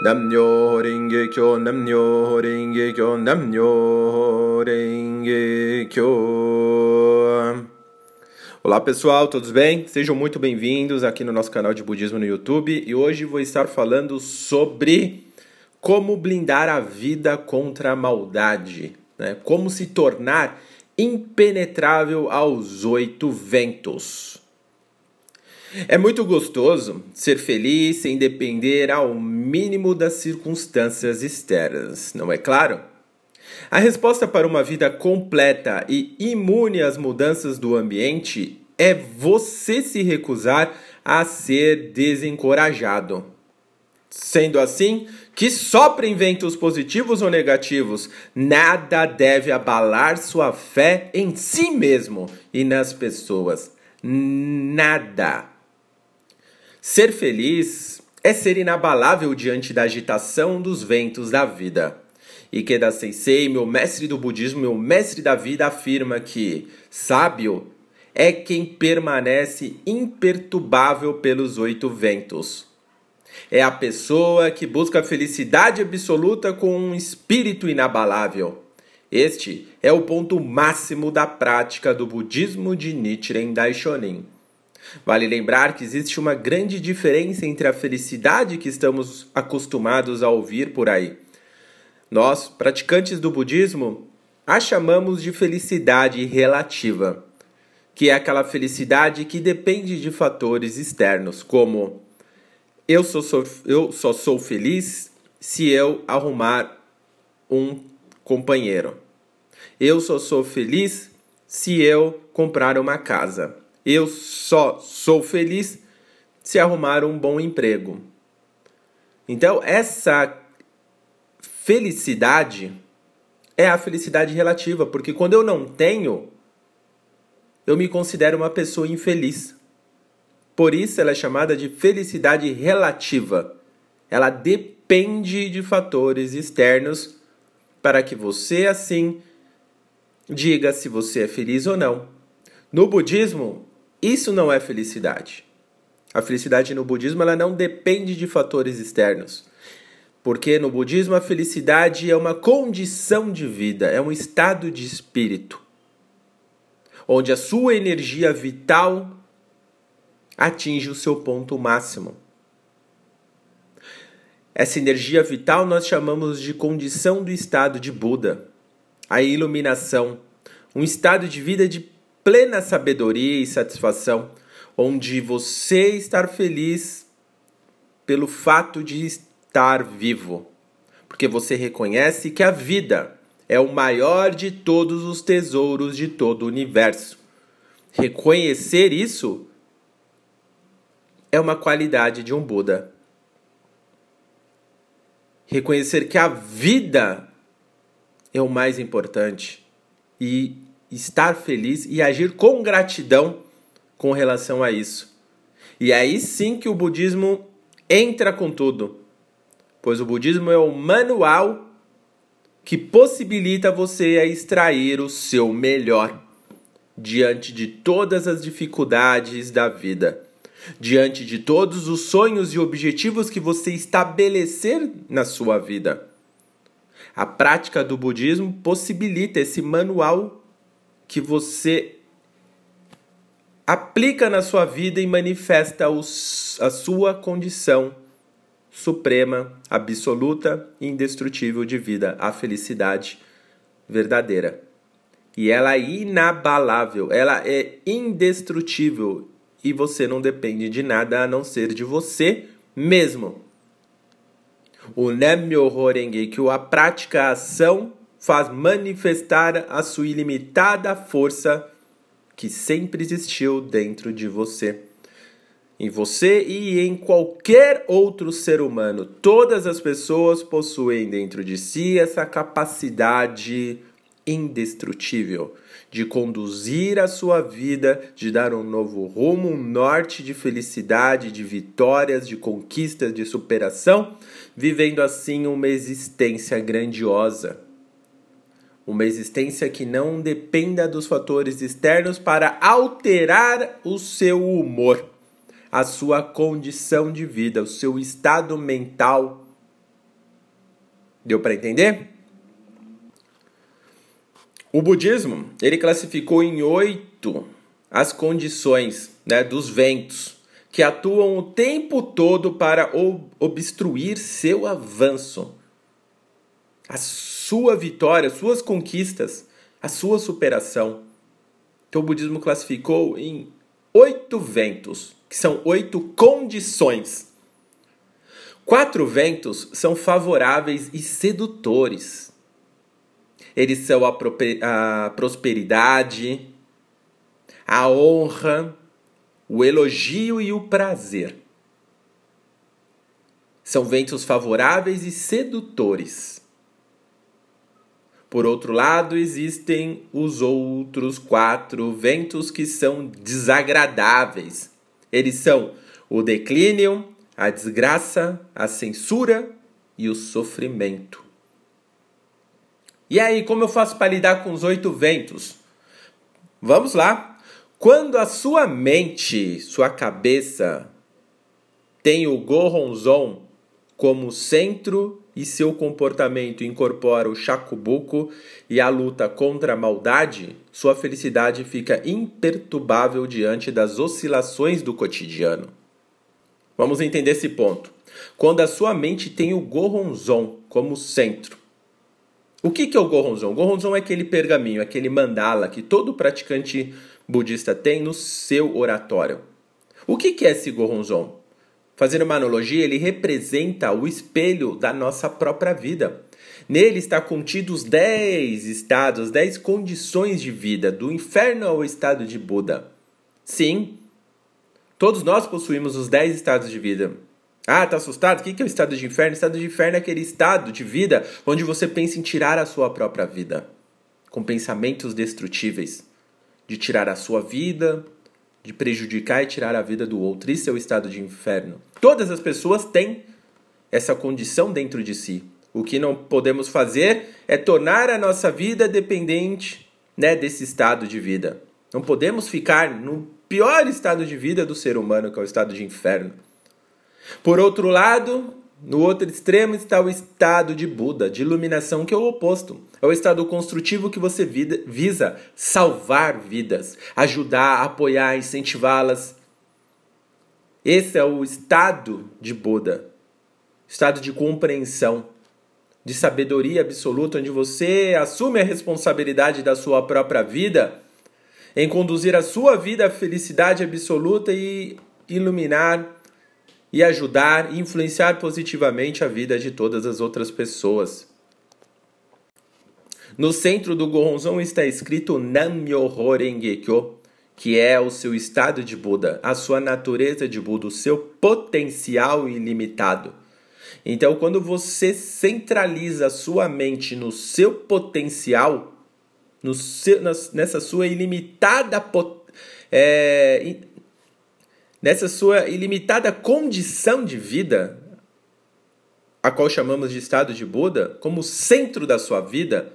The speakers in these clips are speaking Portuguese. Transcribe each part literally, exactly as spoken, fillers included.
Namnyo Renge Kyo, Namnyo Renge Kyo, Namnyo Renge Kyo. Olá pessoal, todos bem? Sejam muito bem-vindos aqui no nosso canal de Budismo no YouTube. E hoje vou estar falando sobre como blindar a vida contra a maldade, né? Como se tornar impenetrável aos oito ventos. É muito gostoso ser feliz sem depender ao mínimo das circunstâncias externas, não é claro? A resposta para uma vida completa e imune às mudanças do ambiente é você se recusar a ser desencorajado. Sendo assim, que soprem ventos positivos ou negativos, nada deve abalar sua fé em si mesmo e nas pessoas. Nada. Ser feliz é ser inabalável diante da agitação dos ventos da vida. Ikeda Sensei, meu mestre do budismo, meu mestre da vida, afirma que sábio é quem permanece imperturbável pelos oito ventos. É a pessoa que busca a felicidade absoluta com um espírito inabalável. Este é o ponto máximo da prática do budismo de Nichiren Daishonin. Vale lembrar que existe uma grande diferença entre a felicidade que estamos acostumados a ouvir por aí. Nós, praticantes do budismo, a chamamos de felicidade relativa, que é aquela felicidade que depende de fatores externos, como eu só sou, eu só sou feliz se eu arrumar um companheiro. Eu só sou feliz se eu comprar uma casa. Eu só sou feliz se arrumar um bom emprego. Então, essa felicidade é a felicidade relativa, porque quando eu não tenho, eu me considero uma pessoa infeliz. Por isso ela é chamada de felicidade relativa. Ela depende de fatores externos para que você, assim, diga se você é feliz ou não. No budismo, isso não é felicidade. A felicidade no budismo ela não depende de fatores externos. Porque no budismo a felicidade é uma condição de vida, é um estado de espírito, onde a sua energia vital atinge o seu ponto máximo. Essa energia vital nós chamamos de condição do estado de Buda, a iluminação, um estado de vida de plena sabedoria e satisfação, onde você estar feliz pelo fato de estar vivo, porque você reconhece que a vida é o maior de todos os tesouros de todo o universo. Reconhecer isso é uma qualidade de um Buda. Reconhecer que a vida é o mais importante e estar feliz e agir com gratidão com relação a isso. E aí sim que o budismo entra com tudo, pois o budismo é o manual que possibilita você a extrair o seu melhor diante de todas as dificuldades da vida, diante de todos os sonhos e objetivos que você estabelecer na sua vida. A prática do budismo possibilita esse manual que você aplica na sua vida e manifesta os, a sua condição suprema, absoluta e indestrutível de vida, a felicidade verdadeira. E ela é inabalável, ela é indestrutível e você não depende de nada a não ser de você mesmo. O Nam-myoho Renge Kyo, a prática, a ação, faz manifestar a sua ilimitada força que sempre existiu dentro de você. Em você e em qualquer outro ser humano, todas as pessoas possuem dentro de si essa capacidade indestrutível de conduzir a sua vida, de dar um novo rumo, um norte de felicidade, de vitórias, de conquistas, de superação, vivendo assim uma existência grandiosa. Uma existência que não dependa dos fatores externos para alterar o seu humor, a sua condição de vida, o seu estado mental Deu para entender? O budismo, ele classificou em oito as condições, né, dos ventos que atuam o tempo todo para obstruir seu avanço, a sua vitória, suas conquistas, a sua superação. Então o budismo classificou em oito ventos, que são oito condições. Quatro ventos são favoráveis e sedutores. Eles são a, a prosperidade, a honra, o elogio e o prazer. São ventos favoráveis e sedutores. Por outro lado, existem os outros quatro ventos que são desagradáveis. Eles são o declínio, a desgraça, a censura e o sofrimento. E aí, como eu faço para lidar com os oito ventos? Vamos lá. Quando a sua mente, sua cabeça, tem o Gohonzon como centro e seu comportamento incorpora o Shakubuku e a luta contra a maldade, sua felicidade fica imperturbável diante das oscilações do cotidiano. Vamos entender esse ponto. Quando a sua mente tem o Gohonzon como centro. O que que é o Gohonzon? O Gohonzon é aquele pergaminho, aquele mandala que todo praticante budista tem no seu oratório. O que que é esse Gohonzon? Fazendo uma analogia, ele representa o espelho da nossa própria vida. Nele está contido os dez estados, dez condições de vida, do inferno ao estado de Buda. Sim, todos nós possuímos os dez estados de vida. Ah, tá assustado? O que é o estado de inferno? O estado de inferno é aquele estado de vida onde você pensa em tirar a sua própria vida, com pensamentos destrutíveis, de tirar a sua vida, de prejudicar e tirar a vida do outro. Isso é o estado de inferno. Todas as pessoas têm essa condição dentro de si. O que não podemos fazer é tornar a nossa vida dependente, né, desse estado de vida. Não podemos ficar no pior estado de vida do ser humano, que é o estado de inferno. Por outro lado, no outro extremo está o estado de Buda, de iluminação, que é o oposto. É o estado construtivo que você visa salvar vidas, ajudar, apoiar, incentivá-las. Esse é o estado de Buda, estado de compreensão, de sabedoria absoluta, onde você assume a responsabilidade da sua própria vida, em conduzir a sua vida à felicidade absoluta e iluminar e ajudar e influenciar positivamente a vida de todas as outras pessoas. No centro do Gohonzon está escrito Nam-myoho Renge-kyo, que é o seu estado de Buda, a sua natureza de Buda, o seu potencial ilimitado. Então, quando você centraliza a sua mente no seu potencial, no seu, nessa sua ilimitada pot, é, nessa sua ilimitada condição de vida, a qual chamamos de estado de Buda, como centro da sua vida,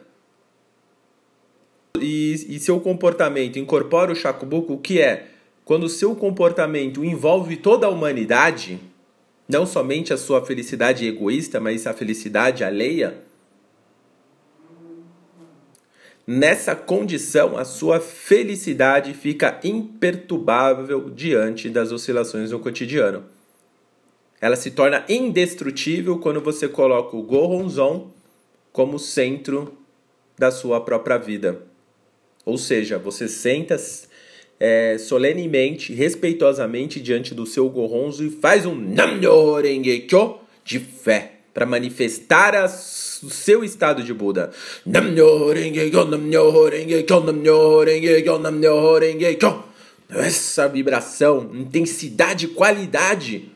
e, e seu comportamento incorpora o Shakubuku, o que é? Quando o seu comportamento envolve toda a humanidade, não somente a sua felicidade egoísta, mas a felicidade alheia, nessa condição, a sua felicidade fica imperturbável diante das oscilações do cotidiano. Ela se torna indestrutível quando você coloca o Gohonzon como centro da sua própria vida. Ou seja, você senta é, solenemente, respeitosamente diante do seu Gohonzon e faz um Nam-myoho Renge-kyo de fé para manifestar a o seu estado de Buda. Nam-myoho Renge-kyo, Nam-myoho Renge-kyo, Nam-myoho Renge-kyo, Nam-myoho Renge-kyo. Essa vibração, intensidade e qualidade,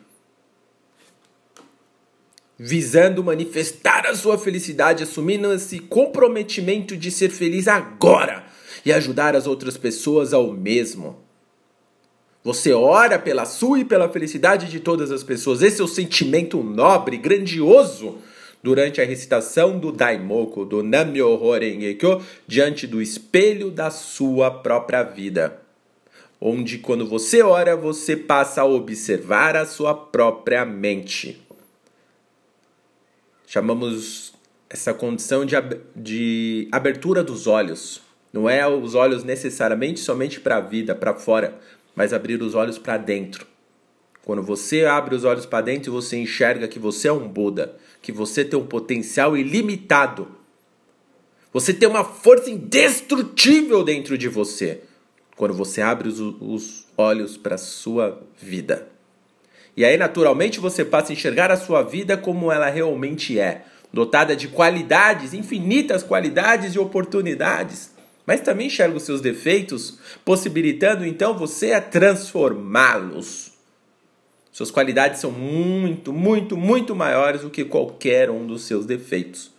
visando manifestar a sua felicidade, assumindo esse comprometimento de ser feliz agora e ajudar as outras pessoas ao mesmo. Você ora pela sua e pela felicidade de todas as pessoas. Esse é o sentimento nobre, grandioso, durante a recitação do Daimoku, do Nam-myoho Renge-kyo, diante do espelho da sua própria vida. Onde, quando você ora, você passa a observar a sua própria mente. Chamamos essa condição de, ab- de abertura dos olhos. Não é os olhos necessariamente somente para a vida, para fora, mas abrir os olhos para dentro. Quando você abre os olhos para dentro, você enxerga que você é um Buda, que você tem um potencial ilimitado. Você tem uma força indestrutível dentro de você. Quando você abre os, os olhos para a sua vida. E aí, naturalmente, você passa a enxergar a sua vida como ela realmente é. Dotada de qualidades, infinitas qualidades e oportunidades. Mas também enxerga os seus defeitos, possibilitando então você a transformá-los. Suas qualidades são muito, muito, muito maiores do que qualquer um dos seus defeitos.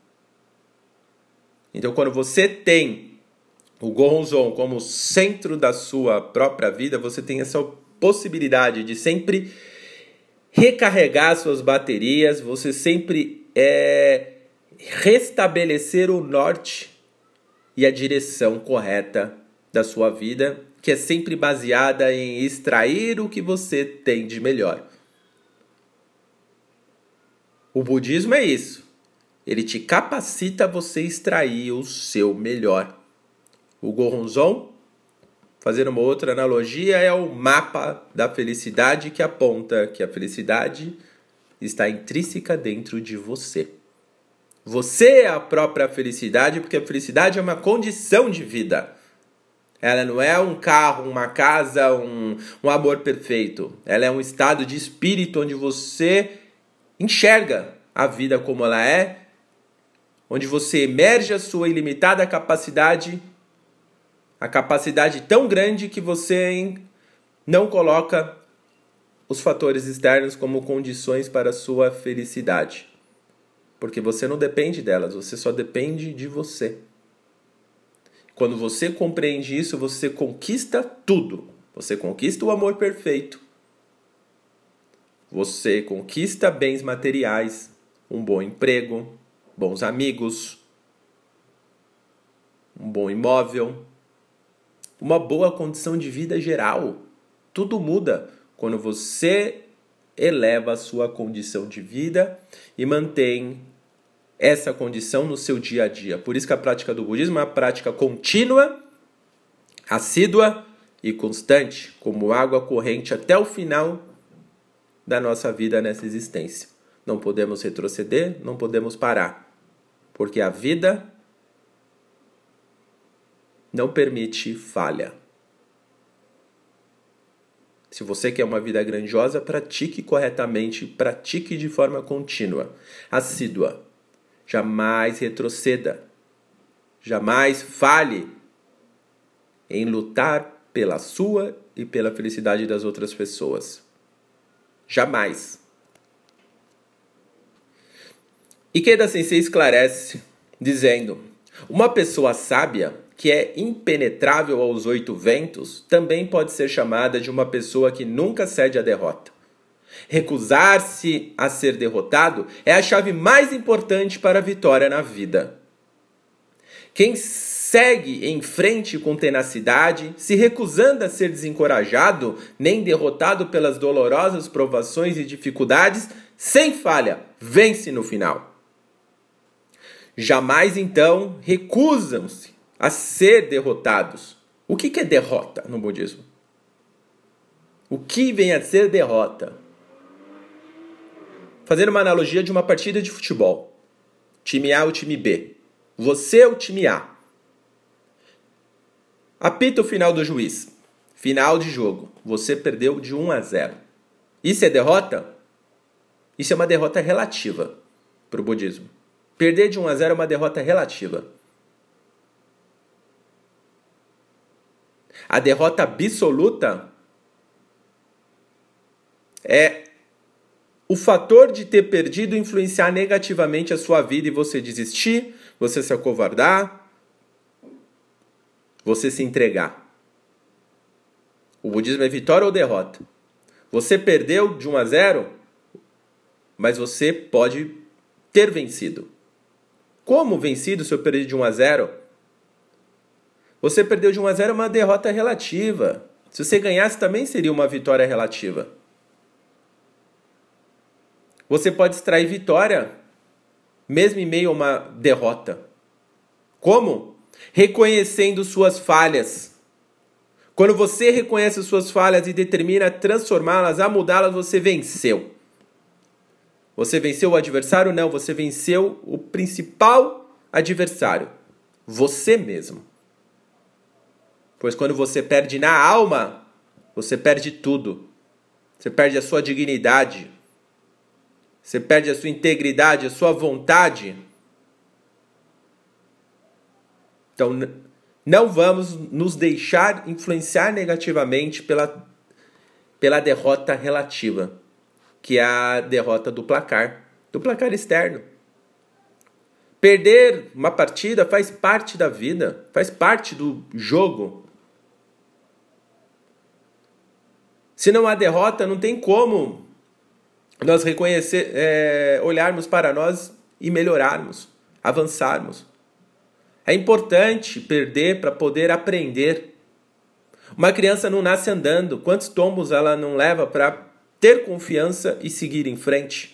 Então, quando você tem o Gohonzon como centro da sua própria vida, você tem essa possibilidade de sempre recarregar suas baterias, você sempre é, restabelecer o norte e a direção correta da sua vida, que é sempre baseada em extrair o que você tem de melhor. O budismo é isso. Ele te capacita a você extrair o seu melhor. O Gohonzon, fazendo uma outra analogia, é o mapa da felicidade que aponta que a felicidade está intrínseca dentro de você. Você é a própria felicidade, porque a felicidade é uma condição de vida. Ela não é um carro, uma casa, um, um amor perfeito. Ela é um estado de espírito onde você enxerga a vida como ela é, onde você emerge a sua ilimitada capacidade, a capacidade tão grande que você não coloca os fatores externos como condições para a sua felicidade. Porque você não depende delas, você só depende de você. Quando você compreende isso, você conquista tudo. Você conquista o amor perfeito. Você conquista bens materiais, um bom emprego, bons amigos, um bom imóvel, uma boa condição de vida geral. Tudo muda quando você eleva a sua condição de vida e mantém essa condição no seu dia a dia. Por isso que a prática do budismo é uma prática contínua, assídua e constante, como água corrente até o final da nossa vida nessa existência. Não podemos retroceder, não podemos parar, porque a vida não permite falha. Se você quer uma vida grandiosa, pratique corretamente, pratique de forma contínua, assídua. Jamais retroceda. Jamais falhe em lutar pela sua e pela felicidade das outras pessoas. Jamais. Ikeda Sensei esclarece, dizendo: uma pessoa sábia que é impenetrável aos oito ventos, também pode ser chamada de uma pessoa que nunca cede à derrota. Recusar-se a ser derrotado é a chave mais importante para a vitória na vida. Quem segue em frente com tenacidade, se recusando a ser desencorajado, nem derrotado pelas dolorosas provações e dificuldades, sem falha, vence no final. Jamais, então, recusam-se a ser derrotados. O que é derrota no budismo? O que vem a ser derrota? Fazendo uma analogia de uma partida de futebol. Time A ou time B. Você é o time A. Apita o final do juiz. Final de jogo. Você perdeu de um a zero. Isso é derrota? Isso é uma derrota relativa para o budismo. Perder de um a zero é uma derrota relativa. A derrota absoluta é o fator de ter perdido influenciar negativamente a sua vida e você desistir, você se acovardar, você se entregar. O budismo é vitória ou derrota. Você perdeu de um a zero, mas você pode ter vencido. Como vencido se eu perdi de um a zero? Você perdeu de um a zero é uma derrota relativa. Se você ganhasse, também seria uma vitória relativa. Você pode extrair vitória mesmo em meio a uma derrota. Como? Reconhecendo suas falhas. Quando você reconhece suas falhas e determina a transformá-las, a mudá-las, você venceu. Você venceu o adversário? Não, você venceu o principal adversário, você mesmo. Pois quando você perde na alma, você perde tudo. Você perde a sua dignidade. Você perde a sua integridade, a sua vontade. Então, não vamos nos deixar influenciar negativamente pela, pela derrota relativa, que é a derrota do placar, do placar externo. Perder uma partida faz parte da vida, faz parte do jogo. Se não há derrota, não tem como nós reconhecer, é, olharmos para nós e melhorarmos, avançarmos. É importante perder para poder aprender. Uma criança não nasce andando. Quantos tombos ela não leva para ter confiança e seguir em frente?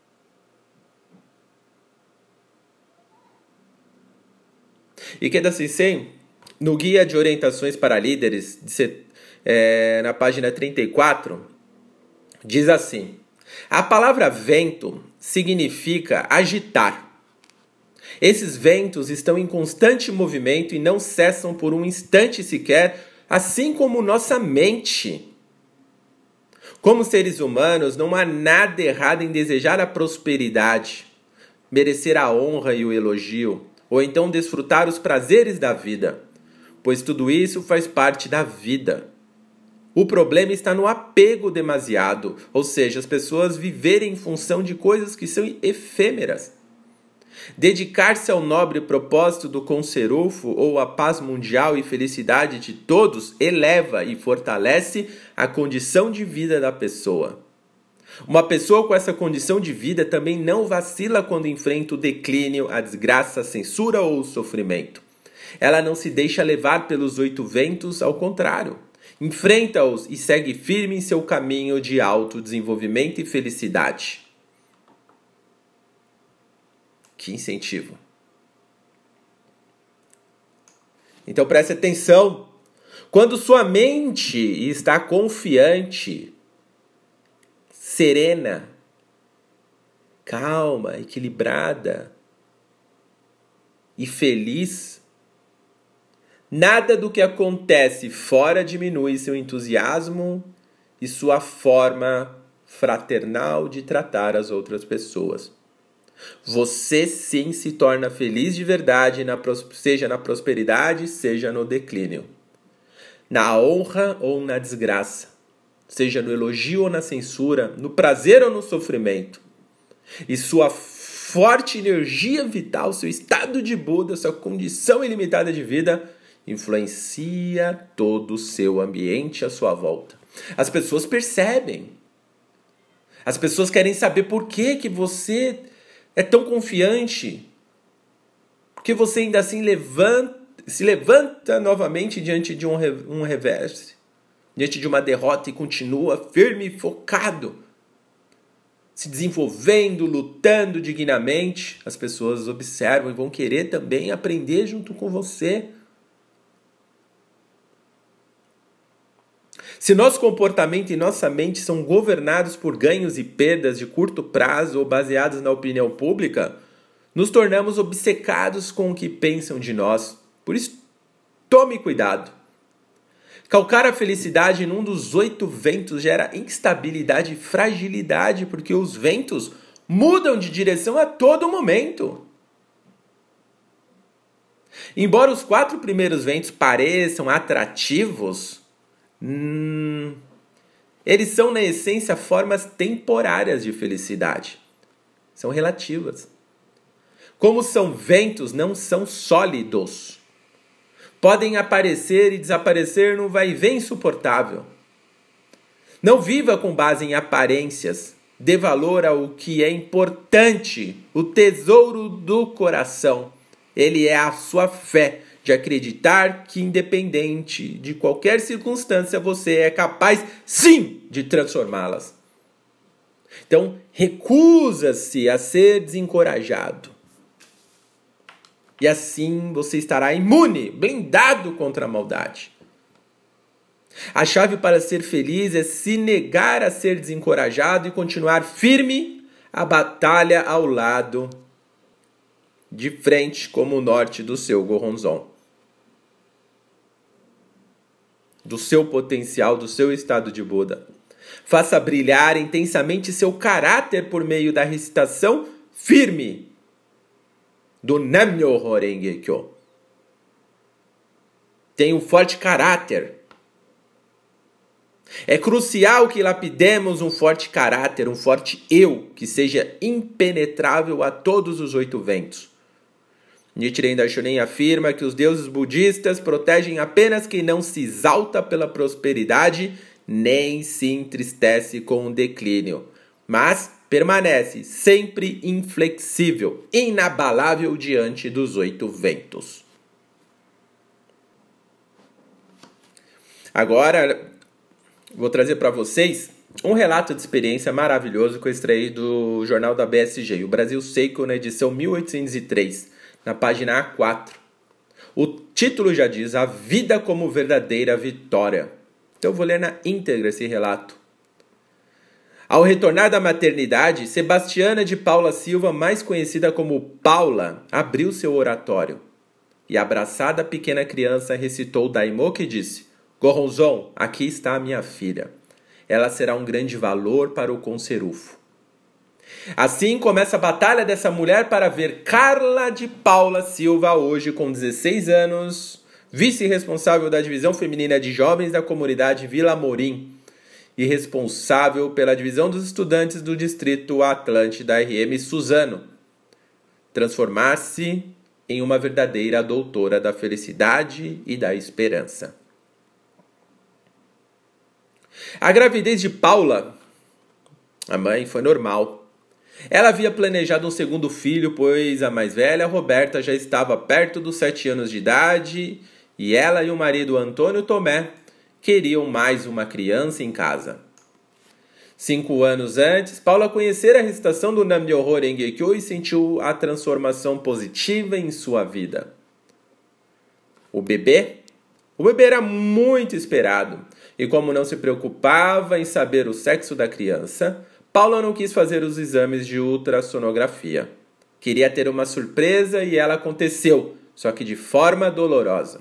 Ikeda Sensei, no Guia de Orientações para Líderes, é, na página trinta e quatro, diz assim: a palavra vento significa agitar. Esses ventos estão em constante movimento e não cessam por um instante sequer, assim como nossa mente. Como seres humanos, não há nada errado em desejar a prosperidade, merecer a honra e o elogio, ou então desfrutar os prazeres da vida, pois tudo isso faz parte da vida. O problema está no apego demasiado, ou seja, as pessoas viverem em função de coisas que são efêmeras. Dedicar-se ao nobre propósito do Conserufo ou à paz mundial e felicidade de todos eleva e fortalece a condição de vida da pessoa. Uma pessoa com essa condição de vida também não vacila quando enfrenta o declínio, a desgraça, a censura ou o sofrimento. Ela não se deixa levar pelos oito ventos, ao contrário. Enfrenta-os e segue firme em seu caminho de autodesenvolvimento e felicidade. Que incentivo. Então preste atenção. Quando sua mente está confiante, serena, calma, equilibrada e feliz, nada do que acontece fora diminui seu entusiasmo e sua forma fraternal de tratar as outras pessoas. Você sim se torna feliz de verdade, na, seja na prosperidade, seja no declínio, na honra ou na desgraça, seja no elogio ou na censura, no prazer ou no sofrimento. E sua forte energia vital, seu estado de Buda, sua condição ilimitada de vida, influencia todo o seu ambiente à sua volta. As pessoas percebem. As pessoas querem saber por que, que você é tão confiante, porque você ainda assim levanta, se levanta novamente diante de um, um revés, diante de uma derrota e continua firme e focado, se desenvolvendo, lutando dignamente. As pessoas observam e vão querer também aprender junto com você. Se nosso comportamento e nossa mente são governados por ganhos e perdas de curto prazo ou baseados na opinião pública, nos tornamos obcecados com o que pensam de nós. Por isso, tome cuidado. Calcar a felicidade num dos oito ventos gera instabilidade e fragilidade, porque os ventos mudam de direção a todo momento. Embora os quatro primeiros ventos pareçam atrativos, Hum, eles são, na essência, formas temporárias de felicidade. São relativas. Como são ventos, não são sólidos. Podem aparecer e desaparecer num vai-vem insuportável. Não viva com base em aparências. Dê valor ao que é importante, o tesouro do coração. Ele é a sua fé, de acreditar que, independente de qualquer circunstância, você é capaz, sim, de transformá-las. Então, recusa-se a ser desencorajado. E assim você estará imune, blindado contra a maldade. A chave para ser feliz é se negar a ser desencorajado e continuar firme a batalha ao lado de frente como o norte do seu Goronzon. Do seu potencial, do seu estado de Buda. Faça brilhar intensamente seu caráter por meio da recitação firme do Nam-myoho Renge Kyo. Tenha um forte caráter. É crucial que lapidemos um forte caráter, um forte eu, que seja impenetrável a todos os oito ventos. Nichiren Daishonin afirma que os deuses budistas protegem apenas quem não se exalta pela prosperidade, nem se entristece com o declínio, mas permanece sempre inflexível, inabalável diante dos oito ventos. Agora, vou trazer para vocês um relato de experiência maravilhoso que eu extraí do jornal da B S G, o Brasil Seiko, na edição mil oitocentos e três, na página A quatro. O título já diz: A Vida como Verdadeira Vitória. Então eu vou ler na íntegra esse relato. Ao retornar da maternidade, Sebastiana de Paula Silva, mais conhecida como Paula, abriu seu oratório. E abraçada a pequena criança, recitou o Daimoku e disse: Goronzon, aqui está a minha filha. Ela será um grande valor para o Conserufo. Assim começa a batalha dessa mulher para ver Carla de Paula Silva, hoje com dezesseis anos, vice-responsável da divisão feminina de jovens da comunidade Vila Amorim e responsável pela divisão dos estudantes do distrito Atlântida R M Suzano, transformar-se em uma verdadeira doutora da felicidade e da esperança. A gravidez de Paula, a mãe, foi normal. Ela havia planejado um segundo filho, pois a mais velha, Roberta, já estava perto dos sete anos de idade e ela e o marido Antônio Tomé queriam mais uma criança em casa. Cinco anos antes, Paula conhecera a recitação do Nam-myoho Renge Kyo e sentiu a transformação positiva em sua vida. O bebê? O bebê era muito esperado e, como não se preocupava em saber o sexo da criança, Paula não quis fazer os exames de ultrassonografia. Queria ter uma surpresa e ela aconteceu, só que de forma dolorosa.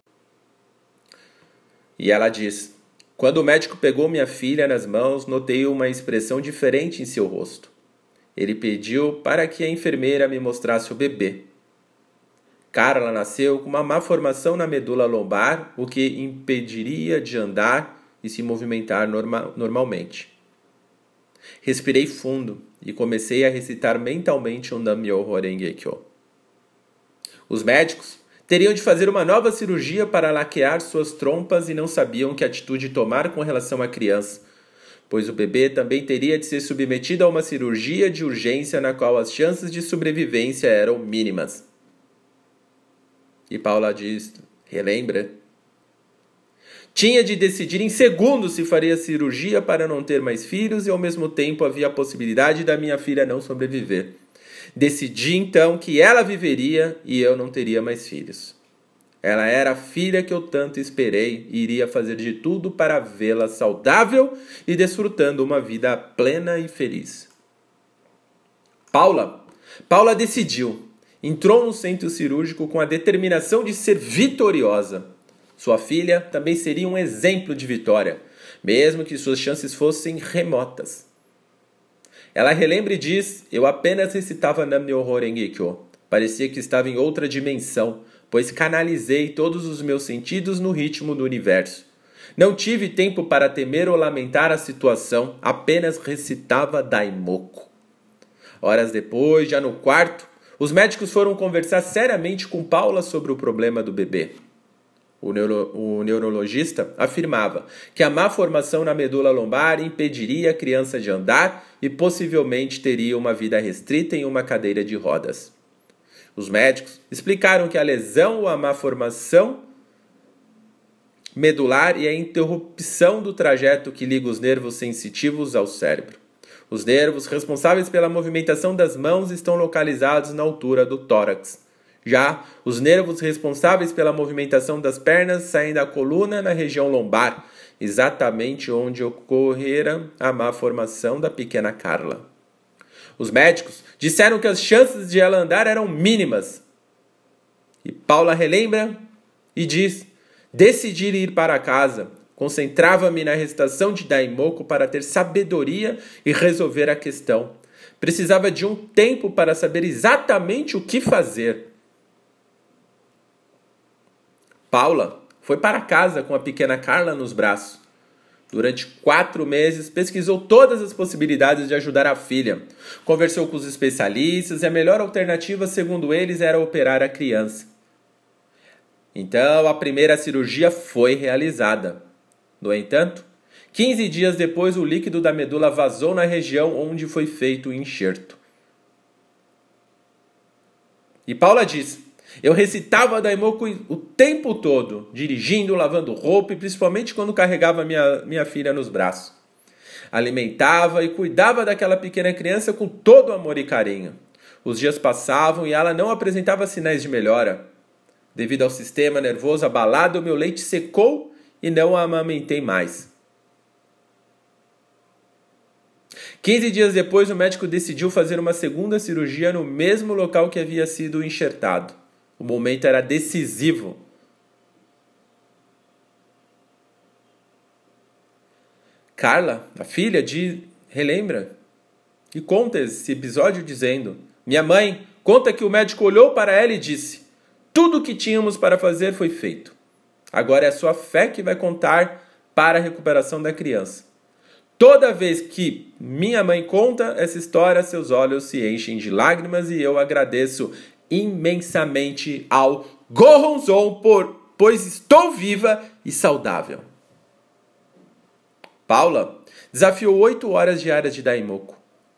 E ela diz: Quando o médico pegou minha filha nas mãos, notei uma expressão diferente em seu rosto. Ele pediu para que a enfermeira me mostrasse o bebê. Carla nasceu com uma má formação na medula lombar, o que impediria de andar e se movimentar norma- normalmente. Respirei fundo e comecei a recitar mentalmente o Nam-myoho Renge Kyo. Os médicos teriam de fazer uma nova cirurgia para laquear suas trompas e não sabiam que atitude tomar com relação à criança, pois o bebê também teria de ser submetido a uma cirurgia de urgência na qual as chances de sobrevivência eram mínimas. E Paula diz, relembra, tinha de decidir em segundos se faria cirurgia para não ter mais filhos e ao mesmo tempo havia a possibilidade da minha filha não sobreviver. Decidi então que ela viveria e eu não teria mais filhos. Ela era a filha que eu tanto esperei e iria fazer de tudo para vê-la saudável e desfrutando uma vida plena e feliz. Paula, Paula decidiu. Entrou no centro cirúrgico com a determinação de ser vitoriosa. Sua filha também seria um exemplo de vitória, mesmo que suas chances fossem remotas. Ela relembra e diz, eu apenas recitava Nam-myoho Renge Kyo. Parecia que estava em outra dimensão, pois canalizei todos os meus sentidos no ritmo do universo. Não tive tempo para temer ou lamentar a situação, apenas recitava Daimoku. Horas depois, já no quarto, os médicos foram conversar seriamente com Paula sobre o problema do bebê. O, neuro, o neurologista afirmava que a má formação na medula lombar impediria a criança de andar e possivelmente teria uma vida restrita em uma cadeira de rodas. Os médicos explicaram que a lesão ou a má formação medular e a interrupção do trajeto que liga os nervos sensitivos ao cérebro. Os nervos responsáveis pela movimentação das mãos estão localizados na altura do tórax, Já os nervos responsáveis pela movimentação das pernas saem da coluna na região lombar, exatamente onde ocorrera a má formação da pequena Carla. Os médicos disseram que as chances de ela andar eram mínimas. E Paula relembra e diz: decidi ir para casa. Concentrava-me na recitação de Daimoku para ter sabedoria e resolver a questão. Precisava de um tempo para saber exatamente o que fazer. Paula foi para casa com a pequena Carla nos braços. Durante quatro meses, pesquisou todas as possibilidades de ajudar a filha. Conversou com os especialistas e a melhor alternativa, segundo eles, era operar a criança. Então, a primeira cirurgia foi realizada. No entanto, quinze dias depois, o líquido da medula vazou na região onde foi feito o enxerto. E Paula diz: eu recitava Daimoku o tempo todo, dirigindo, lavando roupa e principalmente quando carregava minha, minha filha nos braços. Alimentava e cuidava daquela pequena criança com todo amor e carinho. Os dias passavam e ela não apresentava sinais de melhora. Devido ao sistema nervoso abalado, meu leite secou e não a amamentei mais. quinze dias depois, o médico decidiu fazer uma segunda cirurgia no mesmo local que havia sido enxertado. O momento era decisivo. Carla, a filha, de, relembra e conta esse episódio dizendo: minha mãe conta que o médico olhou para ela e disse: tudo o que tínhamos para fazer foi feito. Agora é a sua fé que vai contar para a recuperação da criança. Toda vez que minha mãe conta essa história, seus olhos se enchem de lágrimas e eu agradeço imensamente ao Gohonzon, por, pois estou viva e saudável. Paula desafiou oito horas diárias de Daimoku.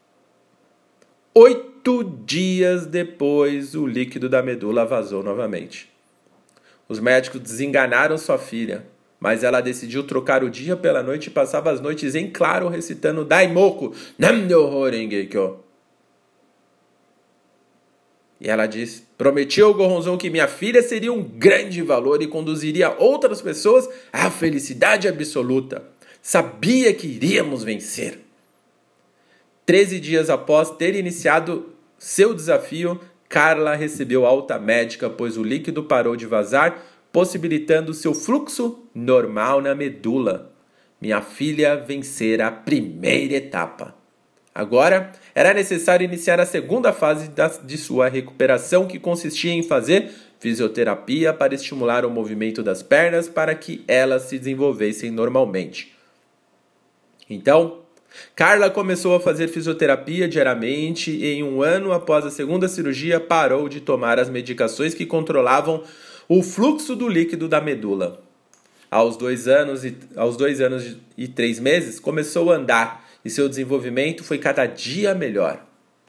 Oito dias depois, o líquido da medula vazou novamente. Os médicos desenganaram sua filha, mas ela decidiu trocar o dia pela noite e passava as noites em claro recitando Daimoku Nam-myoho Renge-kyo. E ela diz: prometi ao Gohonzon que minha filha seria um grande valor e conduziria outras pessoas à felicidade absoluta. Sabia que iríamos vencer. Treze dias após ter iniciado seu desafio, Carla recebeu alta médica, pois o líquido parou de vazar, possibilitando seu fluxo normal na medula. Minha filha vencera a primeira etapa. Agora, era necessário iniciar a segunda fase de sua recuperação, que consistia em fazer fisioterapia para estimular o movimento das pernas para que elas se desenvolvessem normalmente. Então, Carla começou a fazer fisioterapia diariamente e em um ano após a segunda cirurgia parou de tomar as medicações que controlavam o fluxo do líquido da medula. Aos dois anos e, aos dois anos e três meses começou a andar e seu desenvolvimento foi cada dia melhor.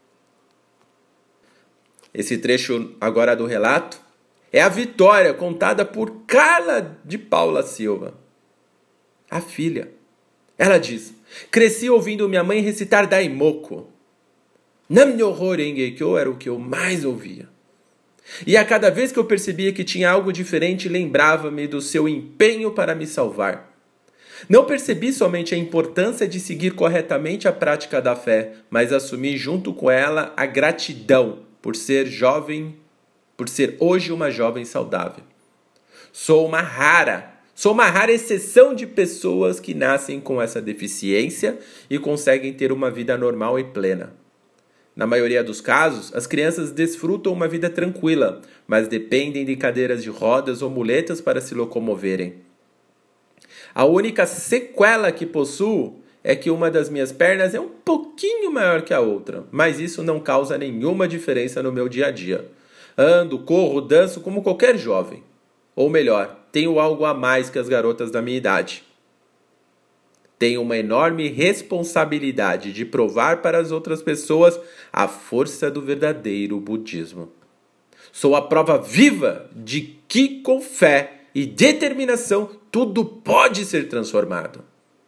Esse trecho agora do relato é a vitória contada por Carla de Paula Silva, a filha. Ela diz: cresci ouvindo minha mãe recitar Daimoku. Nam-myoho Renge-kyo era o que eu mais ouvia. E a cada vez que eu percebia que tinha algo diferente, lembrava-me do seu empenho para me salvar. Não percebi somente a importância de seguir corretamente a prática da fé, mas assumi junto com ela a gratidão por ser jovem, por ser hoje uma jovem saudável. Sou uma rara Sou uma rara exceção de pessoas que nascem com essa deficiência e conseguem ter uma vida normal e plena. Na maioria dos casos, as crianças desfrutam uma vida tranquila, mas dependem de cadeiras de rodas ou muletas para se locomoverem. A única sequela que possuo é que uma das minhas pernas é um pouquinho maior que a outra, mas isso não causa nenhuma diferença no meu dia a dia. Ando, corro, danço como qualquer jovem. Ou melhor, tenho algo a mais que as garotas da minha idade. Tenho uma enorme responsabilidade de provar para as outras pessoas a força do verdadeiro budismo. Sou a prova viva de que com fé e determinação tudo pode ser transformado.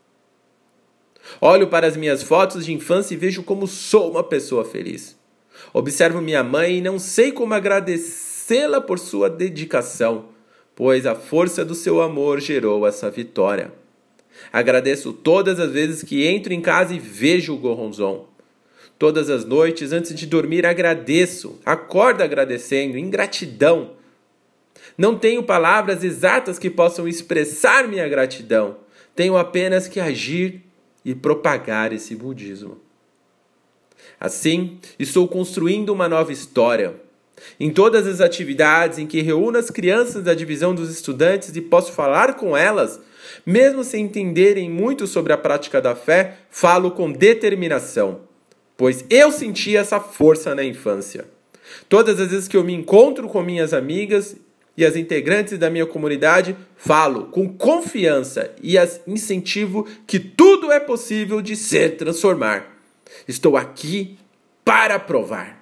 Olho para as minhas fotos de infância e vejo como sou uma pessoa feliz. Observo minha mãe e não sei como agradecer reconhecê-la por sua dedicação, pois a força do seu amor gerou essa vitória. Agradeço todas as vezes que entro em casa e vejo o Goronzon. Todas as noites, antes de dormir, agradeço. Acordo agradecendo, em gratidão. Não tenho palavras exatas que possam expressar minha gratidão. Tenho apenas que agir e propagar esse budismo. Assim, estou construindo uma nova história. Em todas as atividades em que reúno as crianças da divisão dos estudantes e posso falar com elas, mesmo sem entenderem muito sobre a prática da fé, falo com determinação, pois eu senti essa força na infância. Todas as vezes que eu me encontro com minhas amigas e as integrantes da minha comunidade, falo com confiança e as incentivo que tudo é possível de se transformar. Estou aqui para provar.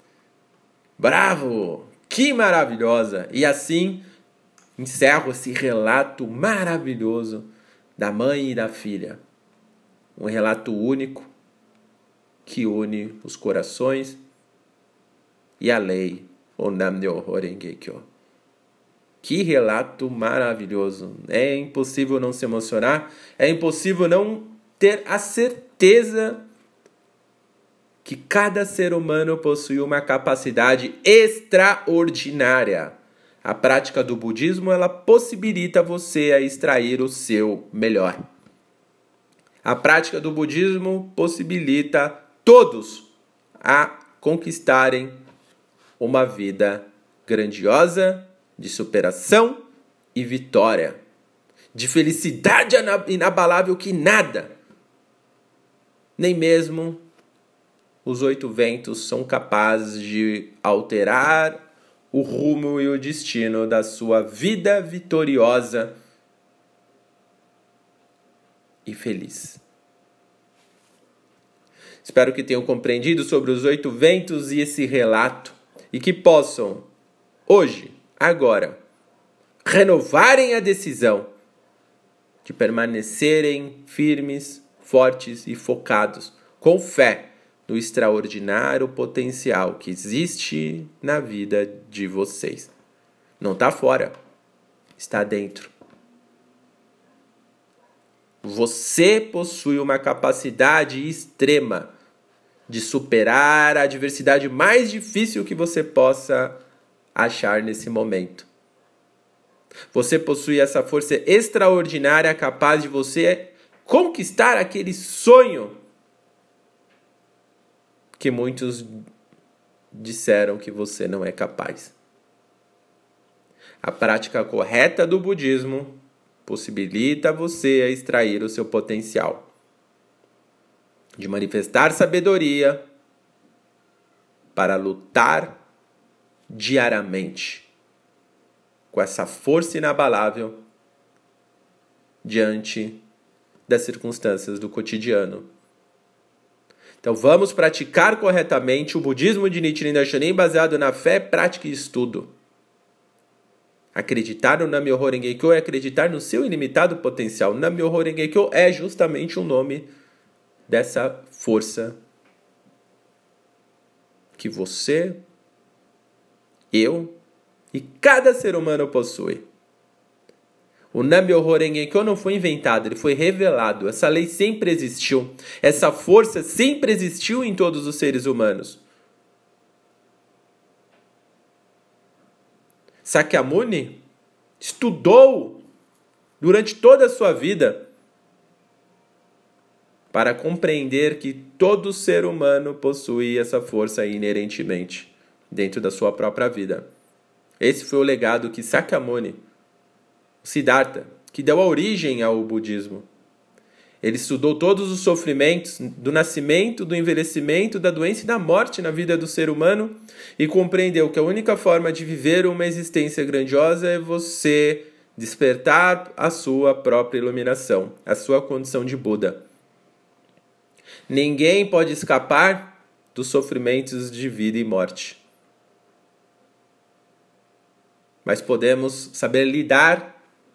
Bravo! Que maravilhosa! E assim encerro esse relato maravilhoso da mãe e da filha. Um relato único que une os corações e a lei, o Nam-myoho Renge-kyo. Que relato maravilhoso! É impossível não se emocionar, é impossível não ter a certeza que cada ser humano possui uma capacidade extraordinária. A prática do budismo, ela possibilita você a extrair o seu melhor. A prática do budismo possibilita todos a conquistarem uma vida grandiosa, de superação e vitória, de felicidade inabalável que nada, nem mesmo os oito ventos são capazes de alterar o rumo e o destino da sua vida vitoriosa e feliz. Espero que tenham compreendido sobre os oito ventos e esse relato e que possam, hoje, agora, renovarem a decisão de permanecerem firmes, fortes e focados, com fé no extraordinário potencial que existe na vida de vocês. Não está fora, está dentro. Você possui uma capacidade extrema de superar a adversidade mais difícil que você possa achar nesse momento. Você possui essa força extraordinária capaz de você conquistar aquele sonho que muitos disseram que você não é capaz. A prática correta do budismo possibilita você a extrair o seu potencial, de manifestar sabedoria para lutar diariamente com essa força inabalável diante das circunstâncias do cotidiano. Então vamos praticar corretamente o budismo de Nichiren Daishonin baseado na fé, prática e estudo. Acreditar no Nam-myoho Renge-kyo é acreditar no seu ilimitado potencial. Nam-myoho Renge-kyo é justamente o nome dessa força que você, eu e cada ser humano possui. O Nam-myoho Renge-kyo não foi inventado, ele foi revelado. Essa lei sempre existiu. Essa força sempre existiu em todos os seres humanos. Sakyamuni estudou durante toda a sua vida para compreender que todo ser humano possui essa força inerentemente dentro da sua própria vida. Esse foi o legado que Sakyamuni, Siddhartha, que deu a origem ao budismo. Ele estudou todos os sofrimentos do nascimento, do envelhecimento, da doença e da morte na vida do ser humano e compreendeu que a única forma de viver uma existência grandiosa é você despertar a sua própria iluminação, a sua condição de Buda. Ninguém pode escapar dos sofrimentos de vida e morte. Mas podemos saber lidar,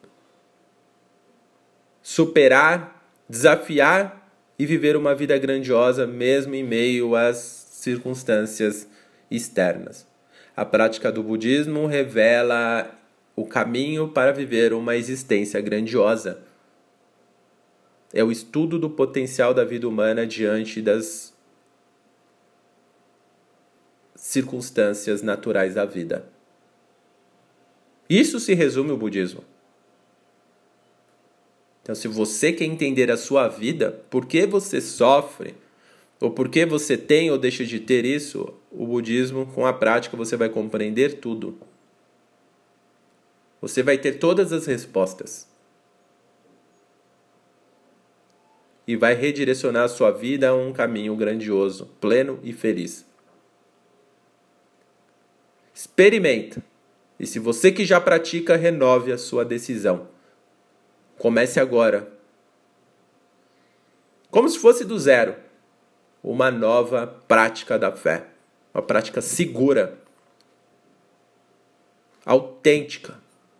superar, desafiar e viver uma vida grandiosa mesmo em meio às circunstâncias externas. A prática do budismo revela o caminho para viver uma existência grandiosa. É o estudo do potencial da vida humana diante das circunstâncias naturais da vida. Isso se resume ao budismo. Então, se você quer entender a sua vida, por que você sofre, ou por que você tem ou deixa de ter isso, o budismo, com a prática, você vai compreender tudo. Você vai ter todas as respostas. E vai redirecionar a sua vida a um caminho grandioso, pleno e feliz. Experimenta. E se você que já pratica, renove a sua decisão. Comece agora. Como se fosse do zero. Uma nova prática da fé. Uma prática segura. Autêntica.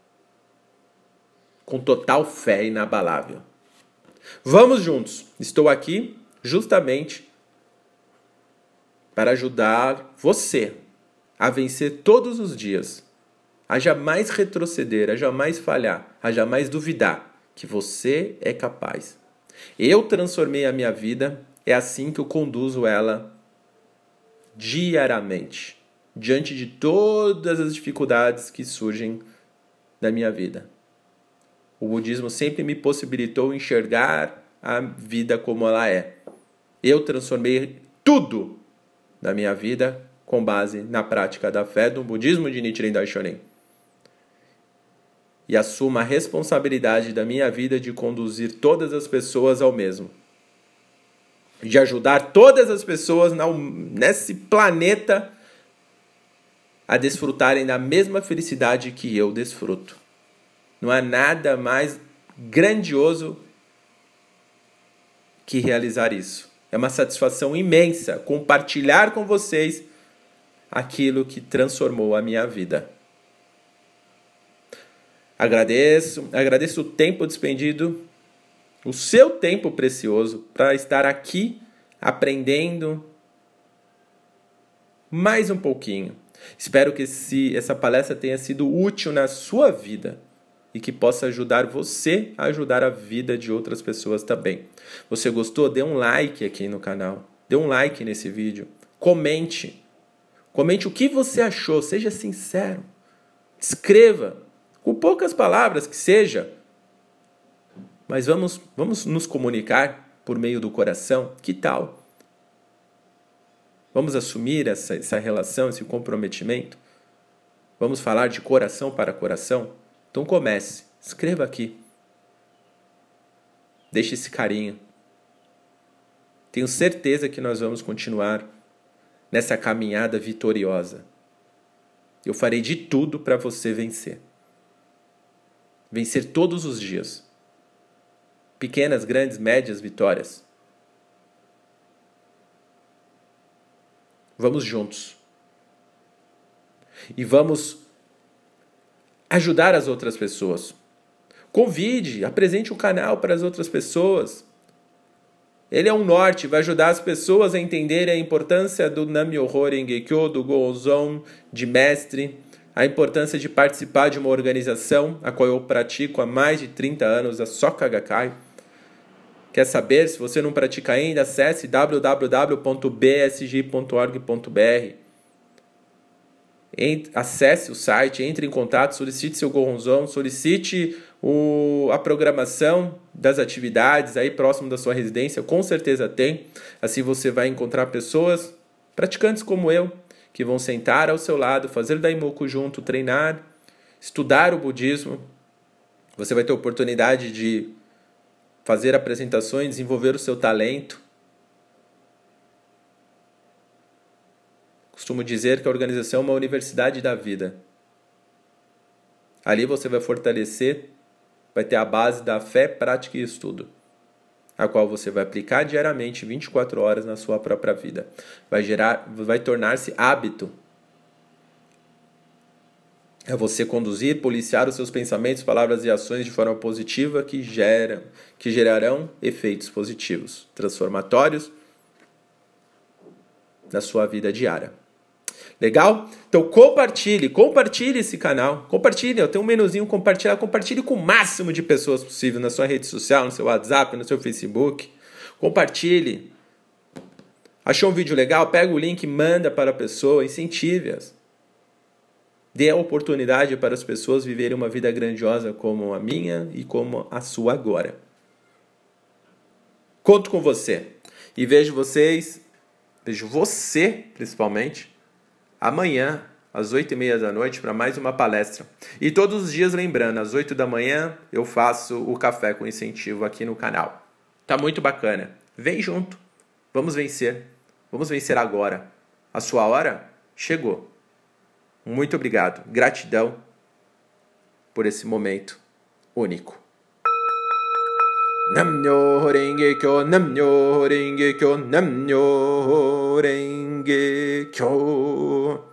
Com total fé inabalável. Vamos juntos. Estou aqui justamente para ajudar você a vencer todos os dias. A jamais retroceder, a jamais falhar, a jamais duvidar que você é capaz. Eu transformei a minha vida, é assim que eu conduzo ela diariamente, diante de todas as dificuldades que surgem na minha vida. O budismo sempre me possibilitou enxergar a vida como ela é. Eu transformei tudo na minha vida com base na prática da fé do budismo de Nichiren Daishonin. E assumo a responsabilidade da minha vida de conduzir todas as pessoas ao mesmo. De ajudar todas as pessoas nesse planeta a desfrutarem da mesma felicidade que eu desfruto. Não há nada mais grandioso que realizar isso. É uma satisfação imensa compartilhar com vocês aquilo que transformou a minha vida. Agradeço, agradeço o tempo despendido, o seu tempo precioso para estar aqui aprendendo mais um pouquinho. Espero que esse, essa palestra tenha sido útil na sua vida e que possa ajudar você a ajudar a vida de outras pessoas também. Você gostou? Dê um like aqui no canal. Dê um like nesse vídeo. Comente. Comente o que você achou. Seja sincero. Escreva. Com poucas palavras que seja. Mas vamos, vamos nos comunicar por meio do coração. Que tal? Vamos assumir essa, essa relação, esse comprometimento? Vamos falar de coração para coração? Então comece. Escreva aqui. Deixe esse carinho. Tenho certeza que nós vamos continuar nessa caminhada vitoriosa. Eu farei de tudo para você vencer. Vencer todos os dias. Pequenas, grandes, médias vitórias. Vamos juntos. E vamos ajudar as outras pessoas. Convide, apresente o canal para as outras pessoas. Ele é um norte, vai ajudar as pessoas a entenderem a importância do Nam-myoho Renge-kyo, do Gozon de mestre, a importância de participar de uma organização a qual eu pratico há mais de trinta anos, a Soka Gakkai. Quer saber? Se você não pratica ainda, acesse w w w ponto b s g ponto org ponto b r. Acesse o site, entre em contato, solicite seu Gohonzon, solicite o, a programação das atividades aí próximo da sua residência, com certeza tem. Assim você vai encontrar pessoas, praticantes como eu, que vão sentar ao seu lado, fazer Daimoku junto, treinar, estudar o budismo. Você vai ter a oportunidade de fazer apresentações, desenvolver o seu talento. Costumo dizer que a organização é uma universidade da vida. Ali você vai fortalecer, vai ter a base da fé, prática e estudo, a qual você vai aplicar diariamente, vinte e quatro horas na sua própria vida. Vai gerar, vai tornar-se hábito. É você conduzir, policiar os seus pensamentos, palavras e ações de forma positiva que, geram, que gerarão efeitos positivos, transformatórios na sua vida diária. Legal? Então compartilhe, compartilhe esse canal, compartilhe, eu tenho um menuzinho compartilhar, compartilhe com o máximo de pessoas possível na sua rede social, no seu WhatsApp, no seu Facebook. Compartilhe. Achou um vídeo legal? Pega o link, manda para a pessoa, incentive-as. Dê a oportunidade para as pessoas viverem uma vida grandiosa como a minha e como a sua agora. Conto com você. E vejo vocês, vejo você principalmente, amanhã, às oito e meia da noite, para mais uma palestra. E todos os dias, lembrando, às oito da manhã, eu faço o Café com Incentivo aqui no canal. Tá muito bacana. Vem junto. Vamos vencer. Vamos vencer agora. A sua hora chegou. Muito obrigado. Gratidão por esse momento único. Namnyo Renge Kyo, Namnyo Renge Kyo, Namnyo Renge Kyo.